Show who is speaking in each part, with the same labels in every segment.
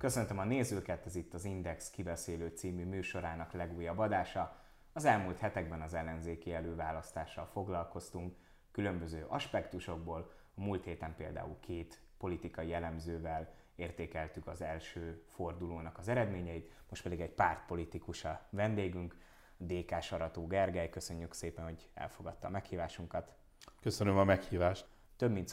Speaker 1: Köszöntöm a nézőket, ez itt az Index kibeszélő című műsorának legújabb adása. Az elmúlt hetekben az ellenzéki előválasztással foglalkoztunk különböző aspektusokból. A múlt héten például két politikai elemzővel értékeltük az első fordulónak az eredményeit, most pedig egy pártpolitikus a vendégünk, DK Sarató Gergely. Köszönjük szépen, hogy elfogadta a meghívásunkat.
Speaker 2: Köszönöm a meghívást.
Speaker 1: Több mint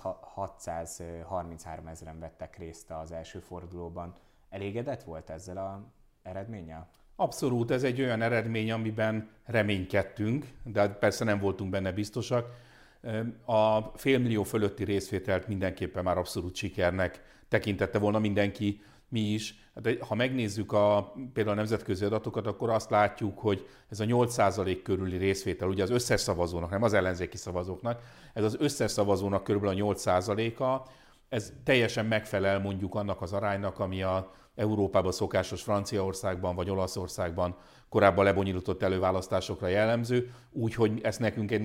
Speaker 1: 633 000 vettek részt az első fordulóban. Elégedett volt ezzel az eredménnyel?
Speaker 2: Abszolút, ez egy olyan eredmény, amiben reménykedtünk, de persze nem voltunk benne biztosak. A 500 000 fölötti részvételt mindenképpen már abszolút sikernek tekintette volna mindenki, mi is. De ha megnézzük például a nemzetközi adatokat, akkor azt látjuk, hogy ez a 8% körüli részvétel, ugye az összes szavazónak, nem az ellenzéki szavazóknak, ez az összes szavazónak körülbelül a 8%-a, ez teljesen megfelel mondjuk annak az aránynak, ami a Európában szokásos Franciaországban vagy Olaszországban korábban lebonyolított előválasztásokra jellemző, úgyhogy ezt nekünk egy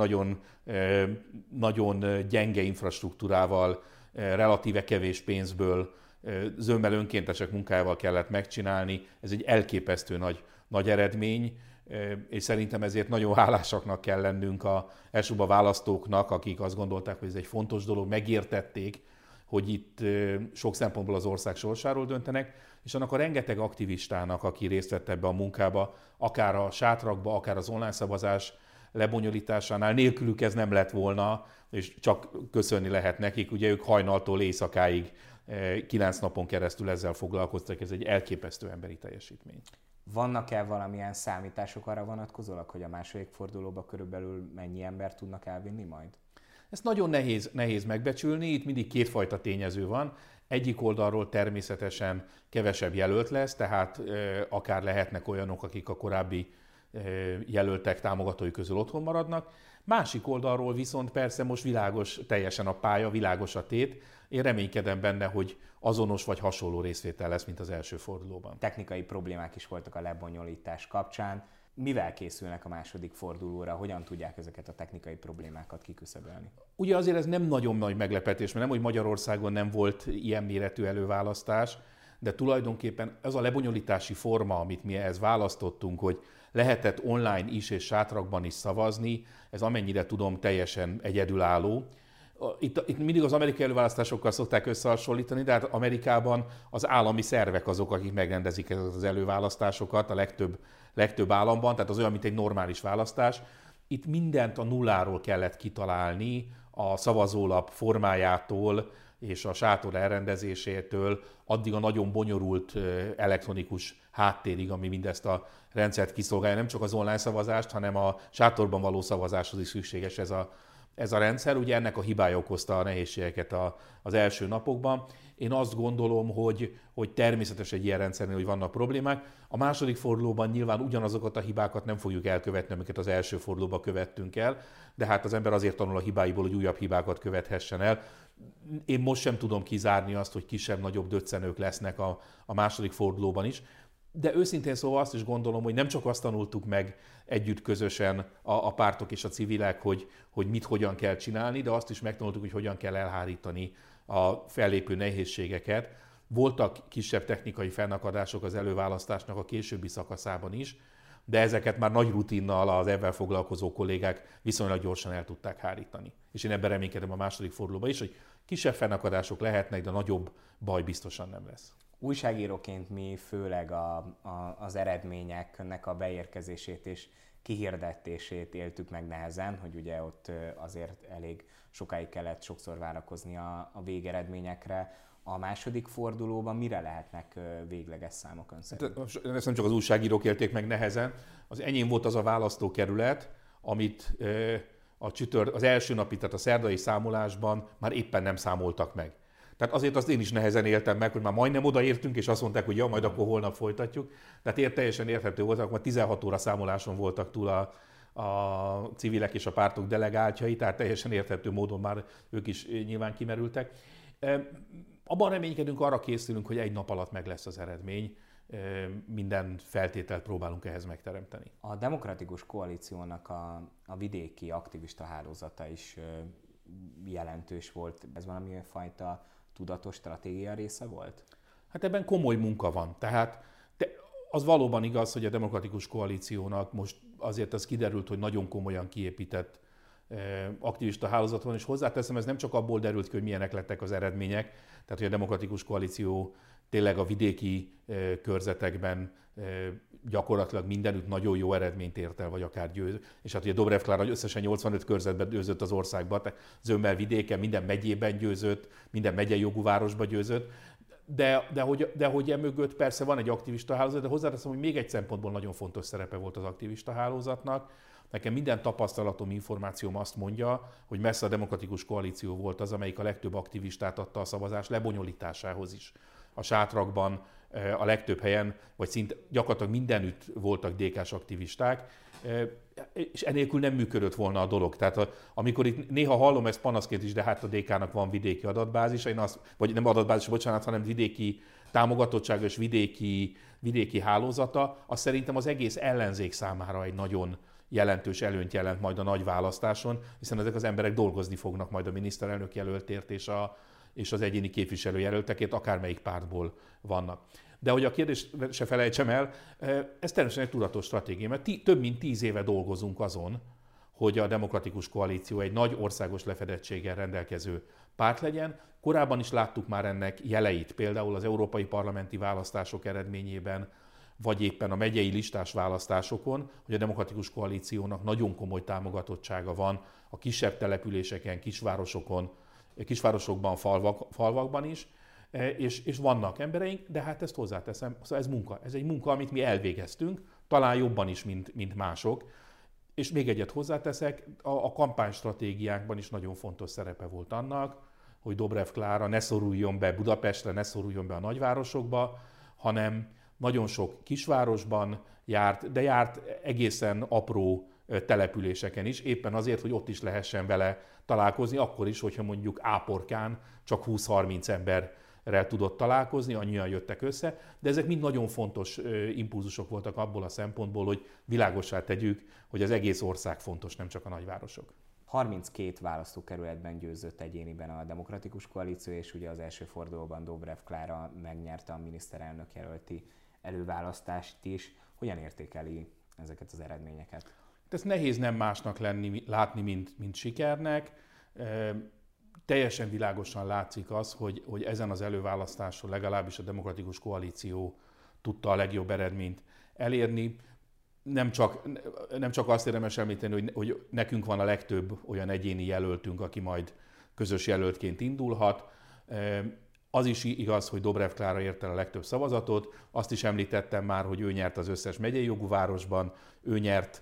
Speaker 2: nagyon gyenge infrastruktúrával, relatíve kevés pénzből, zömmel önkéntesek munkájával kellett megcsinálni. Ez egy elképesztő nagy eredmény, és szerintem ezért nagyon hálásaknak kell lennünk elsőbb a választóknak, akik azt gondolták, hogy ez egy fontos dolog, megértették, hogy itt sok szempontból az ország sorsáról döntenek, és annak a rengeteg aktivistának, aki részt vett ebbe a munkába, akár a sátrakba, akár az online szavazás lebonyolításánál, nélkülük ez nem lett volna, és csak köszönni lehet nekik. Ugye ők hajnaltól éjszakáig 9 napon keresztül ezzel foglalkoztak, ez egy elképesztő emberi teljesítmény.
Speaker 1: Vannak-e valamilyen számítások arra vonatkozólag, hogy a második fordulóba körülbelül mennyi embert tudnak elvinni majd?
Speaker 2: Ezt nagyon nehéz megbecsülni, itt mindig kétfajta tényező van. Egyik oldalról természetesen kevesebb jelölt lesz, tehát akár lehetnek olyanok, akik a korábbi jelöltek támogatói közül otthon maradnak. Másik oldalról viszont persze most világos teljesen a pálya, világos a tét. Én reménykedem benne, hogy azonos vagy hasonló részvétel lesz, mint az első fordulóban.
Speaker 1: Technikai problémák is voltak a lebonyolítás kapcsán. Mivel készülnek a második fordulóra? Hogyan tudják ezeket a technikai problémákat kiküszöbölni?
Speaker 2: Ugye azért ez nem nagyon nagy meglepetés, mert nem, hogy Magyarországon nem volt ilyen méretű előválasztás, de tulajdonképpen ez a lebonyolítási forma, amit mi ehhez választottunk, hogy lehetett online is és sátrakban is szavazni, ez amennyire tudom teljesen egyedülálló. Itt mindig az amerikai előválasztásokkal szokták összehasonlítani, de hát Amerikában az állami szervek azok, akik megrendezik ezeket az előválasztásokat a legtöbb államban, tehát az olyan, mint egy normális választás. Itt mindent a nulláról kellett kitalálni, a szavazólap formájától és a sátor elrendezésétől, addig a nagyon bonyolult elektronikus háttérig, ami mindezt a rendszert kiszolgálja. Nem csak az online szavazást, hanem a sátorban való szavazáshoz is szükséges ez a rendszer. Ugye ennek a hibája okozta a nehézségeket az első napokban. Én azt gondolom, hogy természetes egy ilyen rendszernél, hogy vannak problémák. A második fordulóban nyilván ugyanazokat a hibákat nem fogjuk elkövetni, amiket az első fordulóban követtünk el, de hát az ember azért tanul a hibáiból, hogy újabb hibákat követhessen el. Én most sem tudom kizárni azt, hogy kisebb-nagyobb döccenők lesznek a második fordulóban is, de őszintén szóval azt is gondolom, hogy nem csak azt tanultuk meg együtt közösen a pártok és a civilek, hogy mit hogyan kell csinálni, de azt is megtanultuk, hogy hogyan kell elhárítani a fellépő nehézségeket. Voltak kisebb technikai fennakadások az előválasztásnak a későbbi szakaszában is, de ezeket már nagy rutinnal az ebben foglalkozó kollégák viszonylag gyorsan el tudták hárítani. És én ebben reménykedem a második fordulóban is, hogy kisebb fennakadások lehetnek, de nagyobb baj biztosan nem lesz.
Speaker 1: Újságíróként mi főleg az eredményeknek a beérkezését és kihirdetését éltük meg nehezen, hogy ugye ott azért elég sokáig kellett sokszor várakozni a végeredményekre. A második fordulóban mire lehetnek végleges számok ön szerint?
Speaker 2: Ezt nem csak az újságírók élték meg nehezen. Az enyém volt az a választókerület, amit az első napi, tehát a szerdai számolásban már éppen nem számoltak meg. Tehát azért azt én is nehezen éltem meg, hogy már majdnem odaértünk, és azt mondták, hogy ja, majd akkor holnap folytatjuk. Tehát teljesen érthető volt, akkor 16 óra számoláson voltak túl a civilek és a pártok delegáltjai, tehát teljesen érthető módon már ők is nyilván kimerültek. Abban reménykedünk, arra készülünk, hogy egy nap alatt meg lesz az eredmény. Minden feltételt próbálunk ehhez megteremteni.
Speaker 1: A Demokratikus Koalíciónak a vidéki aktivista hálózata is jelentős volt. Ez valamilyen fajta tudatos stratégia része volt?
Speaker 2: Hát ebben komoly munka van. Tehát az valóban igaz, hogy a Demokratikus Koalíciónak most azért az kiderült, hogy nagyon komolyan kiépített aktivista hálózat van, és hozzáteszem, ez nem csak abból derült ki, hogy milyenek lettek az eredmények, tehát hogy a Demokratikus Koalíció tényleg a vidéki körzetekben gyakorlatilag mindenütt nagyon jó eredményt ért el, vagy akár győz. És hát ugye Dobrev Klára összesen 85 körzetben győzött az országban, tehát Zömmel vidéken, minden megyében győzött, minden megyei jogú városban győzött. De hogy emögött persze van egy aktivista hálózat, de hozzáteszem, hogy még egy szempontból nagyon fontos szerepe volt az aktivista hálózatnak. Nekem minden tapasztalatom, információm azt mondja, hogy messze a Demokratikus Koalíció volt az, amelyik a legtöbb aktivistát adta a szavazás lebonyolításához is. A sátrakban, a legtöbb helyen, vagy szinte gyakorlatilag mindenütt voltak DK-s aktivisták, és enélkül nem működött volna a dolog. Tehát amikor itt néha hallom ezt panaszként is, de hát a DK-nak van vidéki adatbázis, vagy nem adatbázis, bocsánat, hanem vidéki támogatottsága és vidéki hálózata, az szerintem az egész ellenzék számára egy nagyon jelentős előnyt jelent majd a nagy választáson, hiszen ezek az emberek dolgozni fognak majd a miniszterelnök jelöltért és az egyéni képviselőjelöltekért, akármelyik pártból vannak. De hogy a kérdést se felejtsem el, ez természetesen egy tudatos stratégia, mert több mint 10 éve dolgozunk azon, hogy a Demokratikus Koalíció egy nagy országos lefedettséggel rendelkező párt legyen. Korábban is láttuk már ennek jeleit, például az európai parlamenti választások eredményében, vagy éppen a megyei listás választásokon, hogy a Demokratikus Koalíciónak nagyon komoly támogatottsága van a kisebb településeken, kisvárosokban, falvakban is, és vannak embereink, de hát ezt hozzáteszem, szóval ez munka. Ez egy munka, amit mi elvégeztünk, talán jobban is, mint mások. És még egyet hozzáteszek, a kampánystratégiánkban is nagyon fontos szerepe volt annak, hogy Dobrev Klára ne szoruljon be Budapestre, ne szoruljon be a nagyvárosokba, hanem nagyon sok kisvárosban járt, de járt egészen apró településeken is, éppen azért, hogy ott is lehessen vele találkozni, akkor is, hogyha mondjuk Áporkán csak 20-30 emberrel tudott találkozni, annyian jöttek össze, de ezek mind nagyon fontos impulzusok voltak abból a szempontból, hogy világossá tegyük, hogy az egész ország fontos, nem csak a nagyvárosok.
Speaker 1: 32 választókerületben győzött egyéniben a Demokratikus Koalíció, és ugye az első fordulóban Dobrev Klára megnyerte a miniszterelnök jelölti előválasztást is. Hogyan értékeli ezeket az eredményeket?
Speaker 2: Ez nehéz nem másnak látni, mint sikernek. Teljesen világosan látszik az, hogy ezen az előválasztáson legalábbis a Demokratikus Koalíció tudta a legjobb eredményt elérni. Nem csak azt érdemes említeni, hogy nekünk van a legtöbb olyan egyéni jelöltünk, aki majd közös jelöltként indulhat. Az is igaz, hogy Dobrev Klára ért el a legtöbb szavazatot. Azt is említettem már, hogy ő nyert az összes megyei jogú városban, ő nyert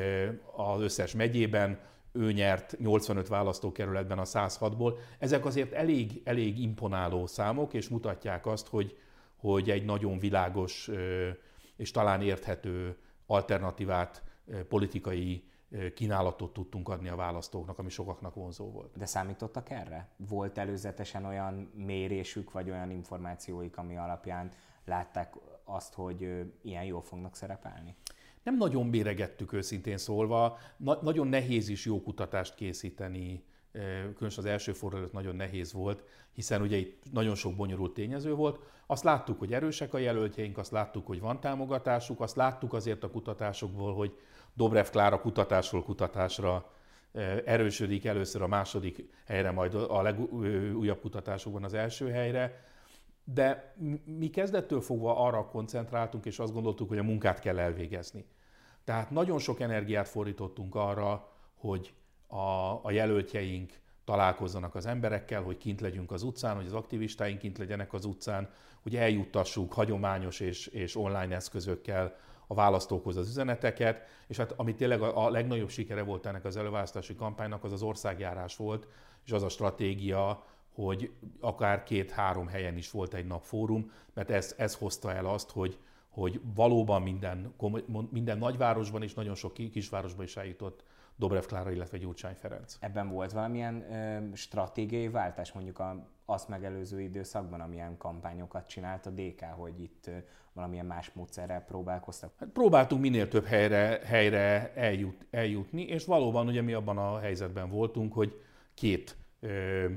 Speaker 2: az összes megyében, ő nyert 85 választókerületben a 106-ból. Ezek azért elég imponáló számok, és mutatják azt, hogy egy nagyon világos és talán érthető alternatívát, politikai kínálatot tudtunk adni a választóknak, ami sokaknak vonzó volt.
Speaker 1: De számítottak erre? Volt előzetesen olyan mérésük, vagy olyan információik, ami alapján látták azt, hogy ilyen jól fognak szerepelni?
Speaker 2: Nem nagyon méregettük őszintén szólva. Nagyon nehéz is jó kutatást készíteni, különösen az első forduló előtt nagyon nehéz volt, hiszen ugye itt nagyon sok bonyolult tényező volt. Azt láttuk, hogy erősek a jelöltjeink, azt láttuk, hogy van támogatásuk, azt láttuk azért a kutatásokból, hogy Dobrev Klára kutatásról kutatásra erősödik, először a második helyre, majd a legújabb kutatásokban az első helyre. De mi kezdettől fogva arra koncentráltunk, és azt gondoltuk, hogy a munkát kell elvégezni. Tehát nagyon sok energiát fordítottunk arra, hogy a jelöltjeink találkozzanak az emberekkel, hogy kint legyünk az utcán, hogy az aktivistáink kint legyenek az utcán, hogy eljuttassuk hagyományos és online eszközökkel a választókhoz az üzeneteket, és hát ami tényleg a legnagyobb sikere volt ennek az előválasztási kampánynak, az az országjárás volt, és az a stratégia, hogy akár 2-3 helyen is volt egy nap fórum, mert ez hozta el azt, hogy valóban minden nagyvárosban és nagyon sok kisvárosban is eljutott Dobrev Klára, illetve Gyurcsány Ferenc.
Speaker 1: Ebben volt valamilyen stratégiai váltás mondjuk azt megelőző időszakban, amilyen kampányokat csinált a DK, hogy itt valamilyen más módszerrel próbálkoztak?
Speaker 2: Hát próbáltunk minél több helyre eljutni, és valóban ugye mi abban a helyzetben voltunk, hogy két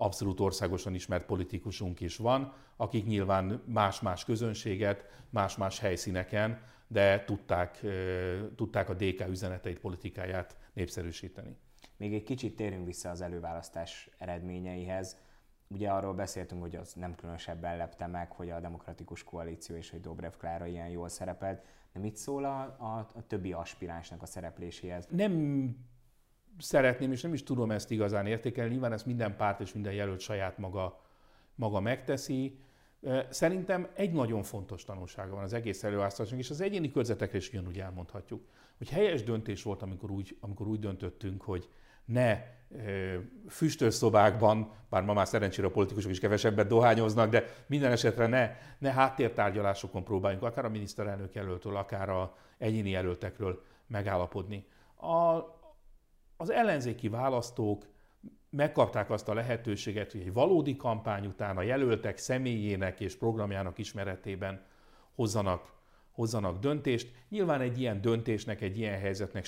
Speaker 2: abszolút országosan ismert politikusunk is van, akik nyilván más-más közönséget, más-más helyszíneken, de tudták a DK üzeneteit, politikáját népszerűsíteni.
Speaker 1: Még egy kicsit térjünk vissza az előválasztás eredményeihez. Ugye arról beszéltünk, hogy az nem különösebben lepte meg, hogy a Demokratikus Koalíció és hogy Dobrev Klára ilyen jól szerepelt. De mit szól a többi aspiránsnak a szerepléséhez?
Speaker 2: Nem szeretném, és nem is tudom ezt igazán értékelni, nyilván ezt minden párt és minden jelölt saját maga megteszi. Szerintem egy nagyon fontos tanulsága van az egész előválasztásnak, és az egyéni körzetekre is ugyanúgy elmondhatjuk, hogy helyes döntés volt, amikor úgy döntöttünk, hogy ne füstölszobákban, bár ma már szerencsére a politikusok is kevesebbet dohányoznak, de minden esetre ne háttértárgyalásokon próbáljunk, akár a miniszterelnök jelöltől, akár az egyéni jelöltekről megállapodni. Az ellenzéki választók megkapták azt a lehetőséget, hogy egy valódi kampány után a jelöltek személyének és programjának ismeretében hozzanak döntést. Nyilván egy ilyen döntésnek, egy ilyen helyzetnek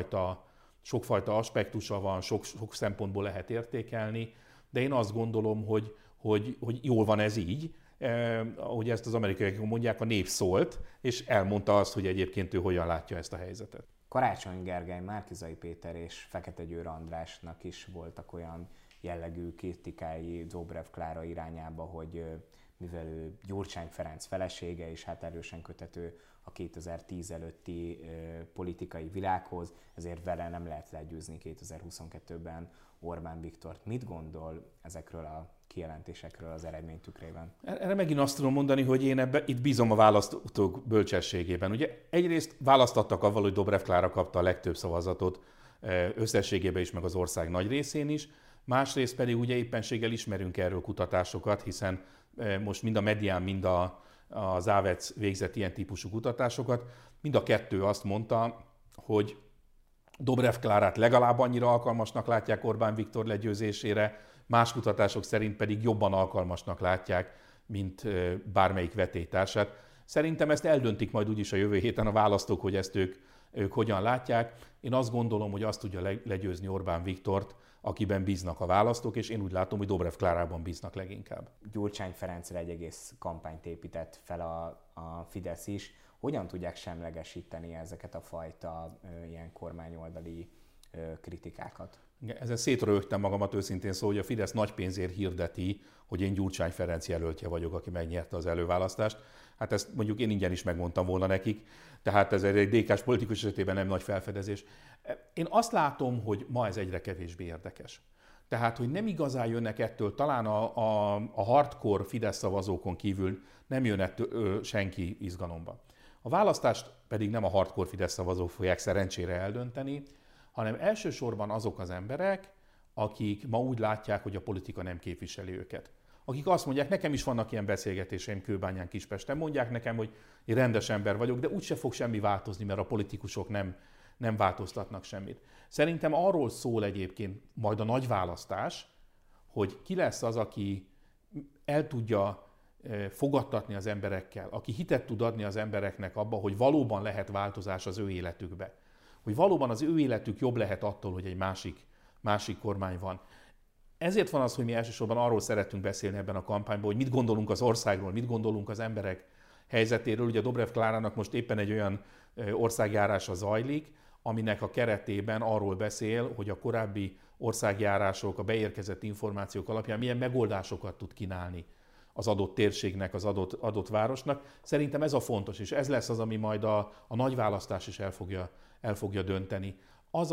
Speaker 2: sokfajta aspektusa van, sok szempontból lehet értékelni, de én azt gondolom, hogy jól van ez így. Ahogy ezt az amerikaiak mondják, a nép szólt, és elmondta azt, hogy egyébként ő hogyan látja ezt a helyzetet.
Speaker 1: Karácsony Gergely, Márki-Zay Péter és Fekete Győr Andrásnak is voltak olyan jellegű kritikái Dobrev Klára irányába, hogy mivel ő Gyurcsány Ferenc felesége, és hát erősen köthető a 2010 előtti politikai világhoz, ezért vele nem lehet legyőzni 2022-ben Orbán Viktort. Mit gondol ezekről a kijelentésekről az eredmény tükrében?
Speaker 2: Erre megint azt tudom mondani, hogy én itt bízom a választók bölcsességében. Ugye egyrészt választattak avval, hogy Dobrev Klára kapta a legtöbb szavazatot összességében is, meg az ország nagy részén is. Másrészt pedig ugye éppenséggel ismerünk erről kutatásokat, hiszen most mind a Medián, mind az Ávec végzett ilyen típusú kutatásokat. Mind a kettő azt mondta, hogy Dobrev Klárát legalább annyira alkalmasnak látják Orbán Viktor legyőzésére, más kutatások szerint pedig jobban alkalmasnak látják, mint bármelyik vetélytársát. Szerintem ezt eldöntik majd úgyis a jövő héten a választók, hogy ezt ők hogyan látják. Én azt gondolom, hogy azt tudja legyőzni Orbán Viktort, akiben bíznak a választók, és én úgy látom, hogy Dobrev Klárában bíznak leginkább.
Speaker 1: Gyurcsány Ferencre egy egész kampányt épített fel a Fidesz is. Hogyan tudják semlegesíteni ezeket a fajta ilyen kormányoldali kritikákat?
Speaker 2: Ezen szétröhögtem magamat őszintén, szóval, hogy a Fidesz nagy pénzért hirdeti, hogy én Gyurcsány Ferenc jelöltje vagyok, aki megnyerte az előválasztást. Hát ezt mondjuk én ingyen is megmondtam volna nekik, tehát ez egy DK-s politikus esetében nem nagy felfedezés. Én azt látom, hogy ma ez egyre kevésbé érdekes. Tehát, hogy nem igazán jönnek ettől, talán a hardcore Fidesz szavazókon kívül nem jön ettől senki izgalomba. A választást pedig nem a hardcore Fidesz szavazók fogják szerencsére eldönteni, hanem elsősorban azok az emberek, akik ma úgy látják, hogy a politika nem képviseli őket. Akik azt mondják, nekem is vannak ilyen beszélgetéseim Kőbányán, Kispesten, mondják nekem, hogy én rendes ember vagyok, de úgyse fog semmi változni, mert a politikusok nem változtatnak semmit. Szerintem arról szól egyébként majd a nagy választás, hogy ki lesz az, aki el tudja fogadtatni az emberekkel, aki hitet tud adni az embereknek abba, hogy valóban lehet változás az ő életükbe. Hogy valóban az ő életük jobb lehet attól, hogy egy másik kormány van. Ezért van az, hogy mi elsősorban arról szeretünk beszélni ebben a kampányban, hogy mit gondolunk az országról, mit gondolunk az emberek helyzetéről. Ugye Dobrev Klárának most éppen egy olyan országjárása zajlik, aminek a keretében arról beszél, hogy a korábbi országjárások, a beérkezett információk alapján milyen megoldásokat tud kínálni az adott térségnek, az adott városnak. Szerintem ez a fontos, és ez lesz az, ami majd a nagy választás is el fogja dönteni. Az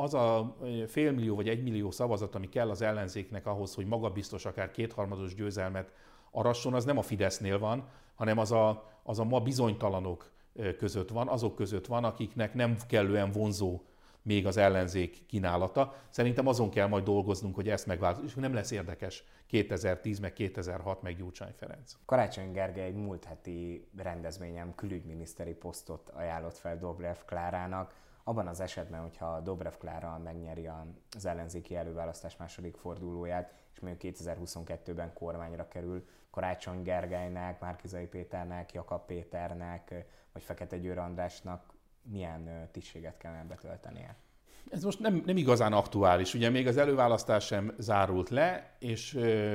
Speaker 2: a 500 000 vagy 1 millió szavazat, ami kell az ellenzéknek ahhoz, hogy magabiztos, akár kétharmados győzelmet arasson, az nem a Fidesznél van, hanem az a ma bizonytalanok között van, azok között van, akiknek nem kellően vonzó még az ellenzék kínálata. Szerintem azon kell majd dolgoznunk, hogy ezt megváltoztassuk, és nem lesz érdekes 2010, meg 2006, meg Gyurcsány Ferenc.
Speaker 1: Karácsony Gergely egy múlt heti rendezvényen külügyminiszteri posztot ajánlott fel Dobrev Klárának. Abban az esetben, hogyha Dobrev Klára megnyeri az ellenzéki előválasztás második fordulóját, és mondjuk 2022-ben kormányra kerül, Karácsony Gergelynek, Márki-Zay Péternek, Jakab Péternek, vagy Fekete Győr Andrásnak milyen tisztséget kellene betöltenie?
Speaker 2: Ez most nem igazán aktuális. Ugye még az előválasztás sem zárult le, és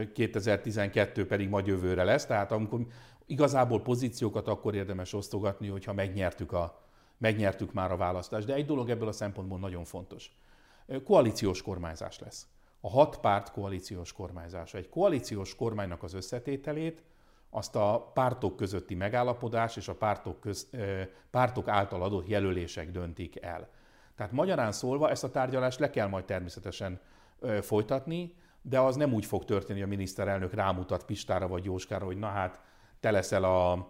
Speaker 2: 2012 pedig majd jövőre lesz. Tehát amikor igazából pozíciókat akkor érdemes osztogatni, hogyha megnyertük már a választást. De egy dolog ebből a szempontból nagyon fontos. Koalíciós kormányzás lesz. A 6 párt koalíciós kormányzása. Egy koalíciós kormánynak az összetételét azt a pártok közötti megállapodás és a pártok által adott jelölések döntik el. Tehát magyarán szólva ezt a tárgyalást le kell majd természetesen folytatni, de az nem úgy fog történni, hogy a miniszterelnök rámutat Pistára vagy Jóskára, hogy na hát te leszel a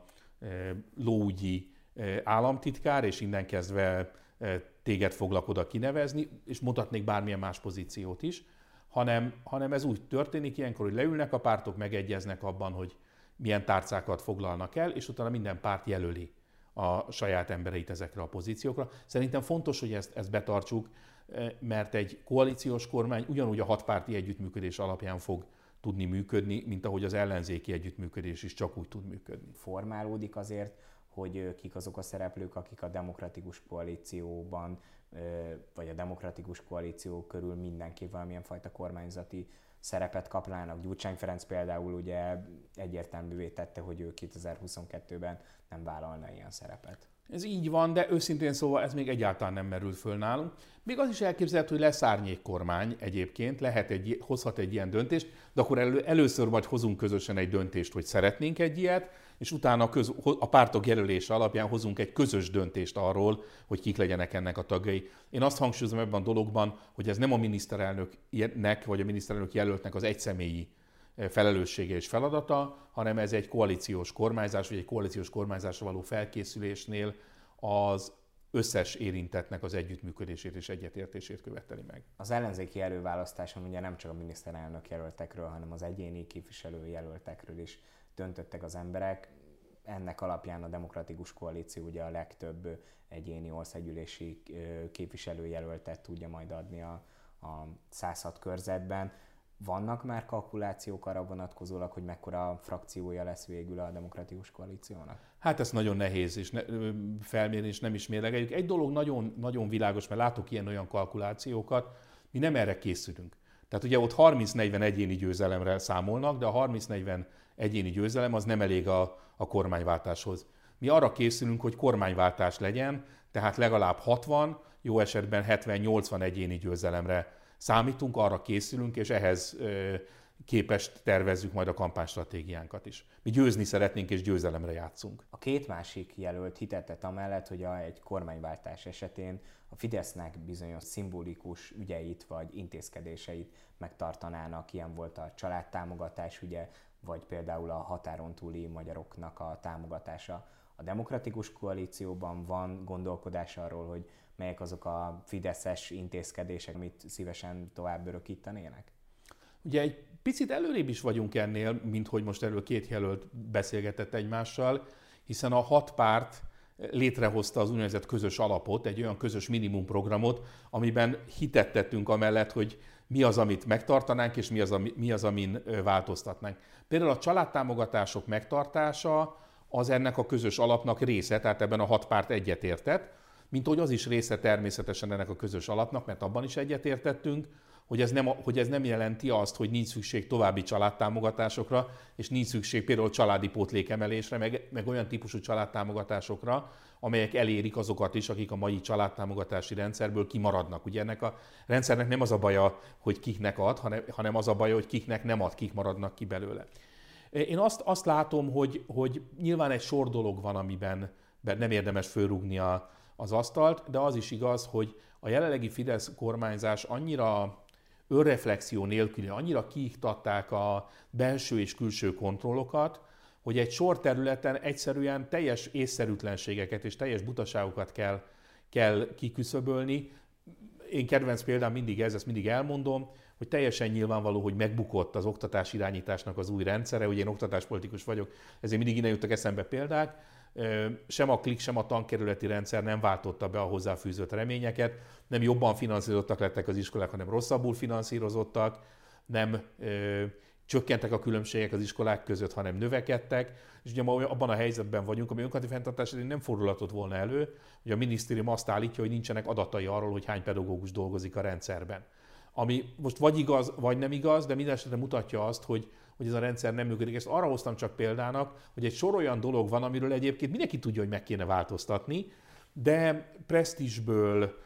Speaker 2: lóügyi államtitkár, és innen kezdve téged foglak oda kinevezni, és mutatnék bármilyen más pozíciót is, hanem ez úgy történik ilyenkor, hogy leülnek a pártok, megegyeznek abban, hogy milyen tárcákat foglalnak el, és utána minden párt jelöli a saját embereit ezekre a pozíciókra. Szerintem fontos, hogy ezt betartsuk, mert egy koalíciós kormány ugyanúgy a 6 párti együttműködés alapján fog tudni működni, mint ahogy az ellenzéki együttműködés is csak úgy tud működni.
Speaker 1: Formálódik azért, hogy kik azok a szereplők, akik a demokratikus koalícióban, vagy a demokratikus koalíció körül mindenképp valamilyen fajta kormányzati szerepet kapnának. Gyurcsány Ferenc például ugye egyértelművé tette, hogy ő 2022-ben nem vállalna ilyen szerepet.
Speaker 2: Ez így van, de őszintén szóval ez még egyáltalán nem merült föl nálunk. Még az is elképzelhető, hogy lesz árnyékkormány egyébként, hozhat egy ilyen döntést, de akkor először majd hozunk közösen egy döntést, hogy szeretnénk egy ilyet, és utána a pártok jelölése alapján hozunk egy közös döntést arról, hogy kik legyenek ennek a tagjai. Én azt hangsúlyozom ebben a dologban, hogy ez nem a miniszterelnöknek vagy a miniszterelnök jelöltnek az egyszemélyi felelőssége és feladata, hanem ez egy koalíciós kormányzás, vagy egy koalíciós kormányzásra való felkészülésnél az összes érintettnek az együttműködését és egyetértését követeli meg.
Speaker 1: Az ellenzéki előválasztáson ugye nem csak a miniszterelnök jelöltekről, hanem az egyéni képviselő jelöltekről is döntöttek az emberek. Ennek alapján a Demokratikus Koalíció ugye a legtöbb egyéni országgyűlési képviselőjelöltet tudja majd adni a 106 körzetben. Vannak már kalkulációk arra vonatkozólag, hogy mekkora frakciója lesz végül a Demokratikus Koalíciónak?
Speaker 2: Hát ez nagyon nehéz és felmérni, és nem is mérlegeljük. Egy dolog nagyon, nagyon világos, mert látok ilyen-olyan kalkulációkat, mi nem erre készülünk. Tehát ugye ott 30-40 egyéni győzelemre számolnak, de a 30-40 egyéni győzelem az nem elég a kormányváltáshoz. Mi arra készülünk, hogy kormányváltás legyen, tehát legalább 60, jó esetben 70-80 egyéni győzelemre számítunk, arra készülünk, és ehhez képest tervezzük majd a kampánystratégiánkat is. Mi győzni szeretnénk, és győzelemre játszunk.
Speaker 1: A két másik jelölt hitet tett amellett, hogy egy kormányváltás esetén a Fidesznek bizonyos szimbolikus ügyeit vagy intézkedéseit megtartanának. Ilyen volt a családtámogatás ügye, vagy például a határon túli magyaroknak a támogatása. A Demokratikus Koalícióban van gondolkodás arról, hogy melyek azok a fideszes intézkedések, amit szívesen tovább örökítenének?
Speaker 2: Ugye egy picit előrébb is vagyunk ennél, mint hogy most erről két jelölt beszélgetett egymással, hiszen a 6 párt létrehozta az úgynevezett közös alapot, egy olyan közös minimumprogramot, amiben hitet tettünk amellett, hogy mi az, amit megtartanánk, és mi az, amin változtatnánk. Például a családtámogatások megtartása az ennek a közös alapnak része, tehát ebben a 6 párt egyetértett, mint hogy az is része természetesen ennek a közös alapnak, mert abban is egyetértettünk, hogy ez nem jelenti azt, hogy nincs szükség további családtámogatásokra, és nincs szükség például családi pótlékemelésre, meg olyan típusú családtámogatásokra, amelyek elérik azokat is, akik a mai családtámogatási rendszerből kimaradnak. Ugye ennek a rendszernek nem az a baja, hogy kiknek ad, hanem az a baja, hogy kiknek nem ad, kik maradnak ki belőle. Én azt látom, hogy nyilván egy sor dolog van, amiben nem érdemes fölrúgni az asztalt, de az is igaz, hogy a jelenlegi Fidesz kormányzás annyira önreflexió nélküli, annyira kiiktatták a belső és külső kontrollokat, hogy egy sor területen egyszerűen teljes észszerűtlenségeket és teljes butaságokat kell kiküszöbölni. Én kedvenc példám mindig ezt mindig elmondom, hogy teljesen nyilvánvaló, hogy megbukott az oktatás irányításnak az új rendszere, ugye én oktatáspolitikus vagyok, ezért mindig innen jutnak eszembe példák. Sem a klik, sem a tankerületi rendszer nem váltotta be a hozzáfűzött reményeket, nem jobban finanszírozottak lettek az iskolák, hanem rosszabbul finanszírozottak, nem csökkentek a különbségek az iskolák között, hanem növekedtek, és ugye ma abban a helyzetben vagyunk, ami önkormányzati fenntartás nem fordulhatott volna elő, hogy a minisztérium azt állítja, hogy nincsenek adatai arról, hogy hány pedagógus dolgozik a rendszerben. Ami most vagy igaz, vagy nem igaz, de minden esetre mutatja azt, hogy ez a rendszer nem működik. Ezt arra hoztam csak példának, hogy egy sor olyan dolog van, amiről egyébként mindenki tudja, hogy meg kéne változtatni, de presztízsből,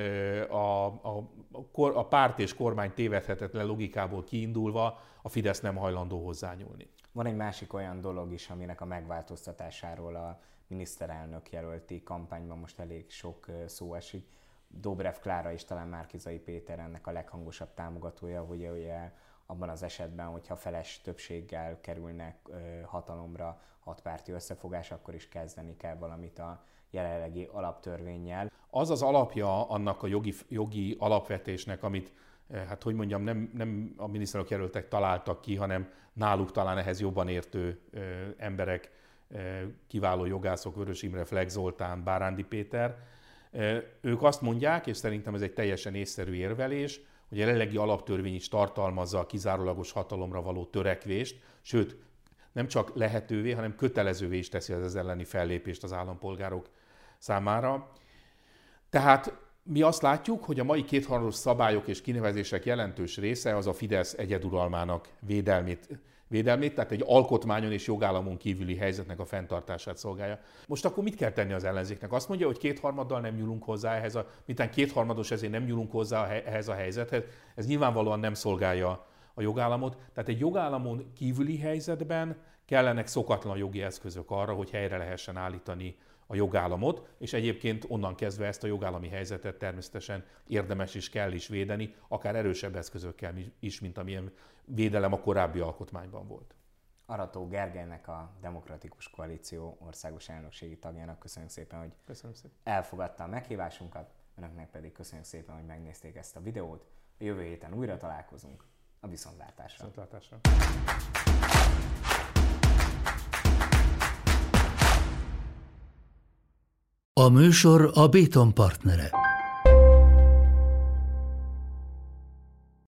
Speaker 2: a párt és kormány tévedhetetlen logikából kiindulva a Fidesz nem hajlandó hozzányúlni.
Speaker 1: Van egy másik olyan dolog is, aminek a megváltoztatásáról a miniszterelnök jelölti kampányban most elég sok szó esik. Dobrev Klára és talán Márki-Zay Péter ennek a leghangosabb támogatója, hogy ugye abban az esetben, hogyha feles többséggel kerülnek hatalomra hatpárti összefogás, akkor is kezdeni kell valamit a jelenlegi alaptörvénnyel.
Speaker 2: Az az alapja annak a jogi alapvetésnek, amit hát hogy mondjam, nem a miniszterelnök jelöltek találtak ki, hanem náluk talán ehhez jobban értő emberek, kiváló jogászok, Vörös Imre, Fleck Zoltán, Bárándi Péter. Ők azt mondják, és szerintem ez egy teljesen észszerű érvelés, hogy a jelenlegi alaptörvény is tartalmazza a kizárólagos hatalomra való törekvést, sőt, nem csak lehetővé, hanem kötelezővé is teszi az elleni fellépést az állampolgárok számára. Tehát mi azt látjuk, hogy a mai kétharmados szabályok és kinevezések jelentős része az a Fidesz egyeduralmának védelmét, tehát egy alkotmányon és jogállamon kívüli helyzetnek a fenntartását szolgálja. Most akkor mit kell tenni az ellenzéknek? Azt mondja, hogy kétharmaddal nem nyúlunk hozzá miután kétharmados, ezért nem nyúlunk hozzá ehhez a helyzethez. Ez nyilvánvalóan nem szolgálja a jogállamot. Tehát egy jogállamon kívüli helyzetben kellenek szokatlan jogi eszközök arra, hogy helyre lehessen állítani a jogállamot, és egyébként onnan kezdve ezt a jogállami helyzetet természetesen érdemes is kell is védeni, akár erősebb eszközökkel is, mint amilyen védelem a korábbi alkotmányban volt.
Speaker 1: Arató Gergelynek, a Demokratikus Koalíció országos elnökségi tagjának köszönjük szépen, hogy elfogadta a meghívásunkat, önöknek pedig köszönjük szépen, hogy megnézték ezt a videót. A jövő héten újra találkozunk. A viszontlátásra.
Speaker 3: A műsor a Béton partnere.